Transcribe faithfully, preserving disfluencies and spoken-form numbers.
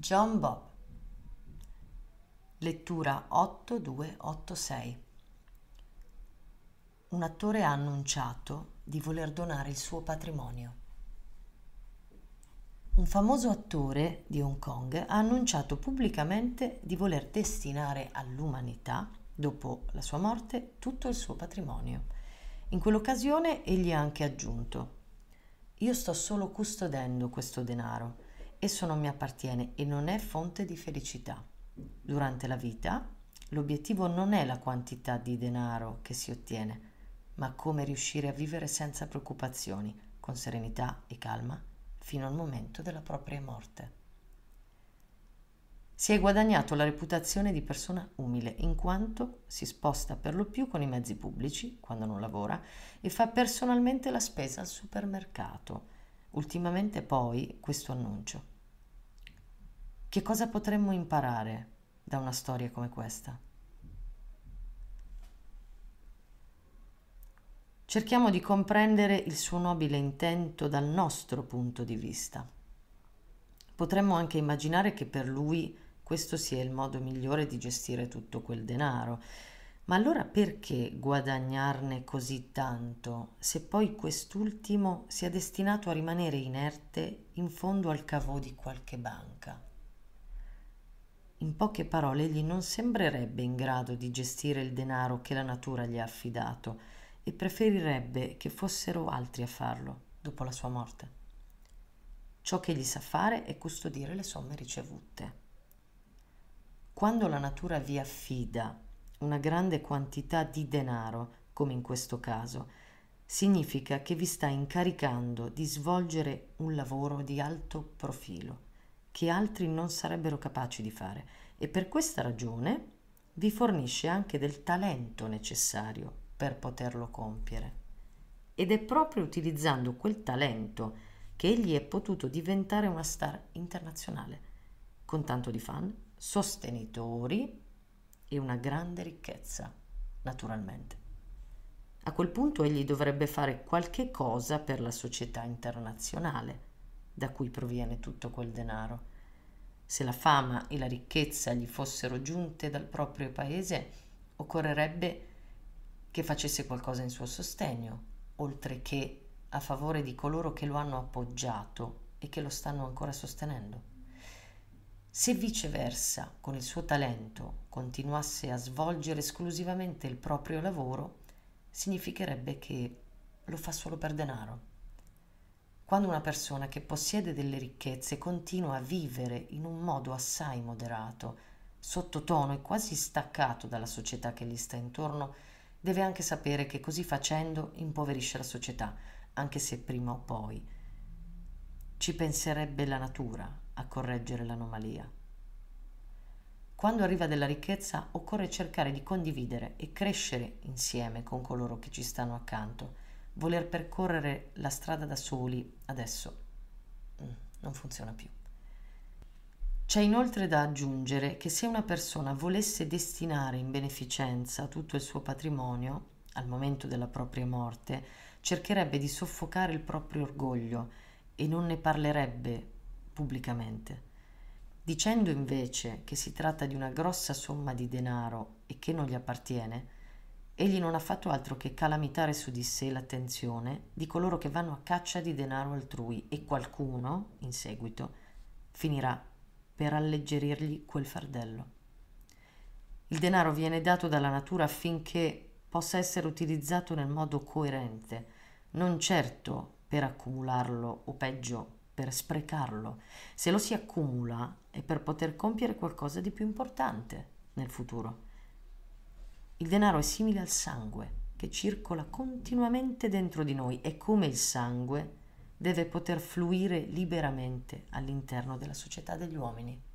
John Bob. Lettura otto due otto sei. Un attore ha annunciato di voler donare il suo patrimonio. Un famoso attore di Hong Kong ha annunciato pubblicamente di voler destinare all'umanità, dopo la sua morte, tutto il suo patrimonio. In quell'occasione egli ha anche aggiunto: «Io sto solo custodendo questo denaro. Esso non mi appartiene e non è fonte di felicità. Durante la vita, l'obiettivo non è la quantità di denaro che si ottiene, ma come riuscire a vivere senza preoccupazioni, con serenità e calma, fino al momento della propria morte». Si è guadagnato la reputazione di persona umile, in quanto si sposta per lo più con i mezzi pubblici, quando non lavora, e fa personalmente la spesa al supermercato. Ultimamente poi questo annuncio. Che cosa potremmo imparare da una storia come questa? Cerchiamo di comprendere il suo nobile intento dal nostro punto di vista. Potremmo anche immaginare che per lui questo sia il modo migliore di gestire tutto quel denaro. Ma allora perché guadagnarne così tanto, se poi quest'ultimo sia destinato a rimanere inerte in fondo al caveau di qualche banca? In poche parole, egli non sembrerebbe in grado di gestire il denaro che la natura gli ha affidato e preferirebbe che fossero altri a farlo dopo la sua morte. Ciò che egli sa fare è custodire le somme ricevute. Quando la natura vi affida una grande quantità di denaro, come in questo caso, significa che vi sta incaricando di svolgere un lavoro di alto profilo che altri non sarebbero capaci di fare, e per questa ragione vi fornisce anche del talento necessario per poterlo compiere. Ed è proprio utilizzando quel talento che egli è potuto diventare una star internazionale, con tanto di fan, sostenitori e una grande ricchezza, naturalmente. A quel punto egli dovrebbe fare qualche cosa per la società internazionale da cui proviene tutto quel denaro. Se la fama e la ricchezza gli fossero giunte dal proprio paese, occorrerebbe che facesse qualcosa in suo sostegno, oltre che a favore di coloro che lo hanno appoggiato e che lo stanno ancora sostenendo. Se viceversa, con il suo talento, continuasse a svolgere esclusivamente il proprio lavoro, significherebbe che lo fa solo per denaro. Quando una persona che possiede delle ricchezze continua a vivere in un modo assai moderato, sottotono e quasi staccato dalla società che gli sta intorno, deve anche sapere che così facendo impoverisce la società, anche se prima o poi ci penserebbe la natura a correggere l'anomalia. Quando arriva della ricchezza, occorre cercare di condividere e crescere insieme con coloro che ci stanno accanto. Voler percorrere la strada da soli adesso mm, non funziona più. C'è inoltre da aggiungere che se una persona volesse destinare in beneficenza tutto il suo patrimonio, al momento della propria morte, cercherebbe di soffocare il proprio orgoglio e non ne parlerebbe pubblicamente. Dicendo invece che si tratta di una grossa somma di denaro e che non gli appartiene, egli non ha fatto altro che calamitare su di sé l'attenzione di coloro che vanno a caccia di denaro altrui, e qualcuno, in seguito, finirà per alleggerirgli quel fardello. Il denaro viene dato dalla natura affinché possa essere utilizzato nel modo coerente, non certo per accumularlo o peggio per sprecarlo. Se lo si accumula è per poter compiere qualcosa di più importante nel futuro. Il denaro è simile al sangue che circola continuamente dentro di noi e, come il sangue, deve poter fluire liberamente all'interno della società degli uomini.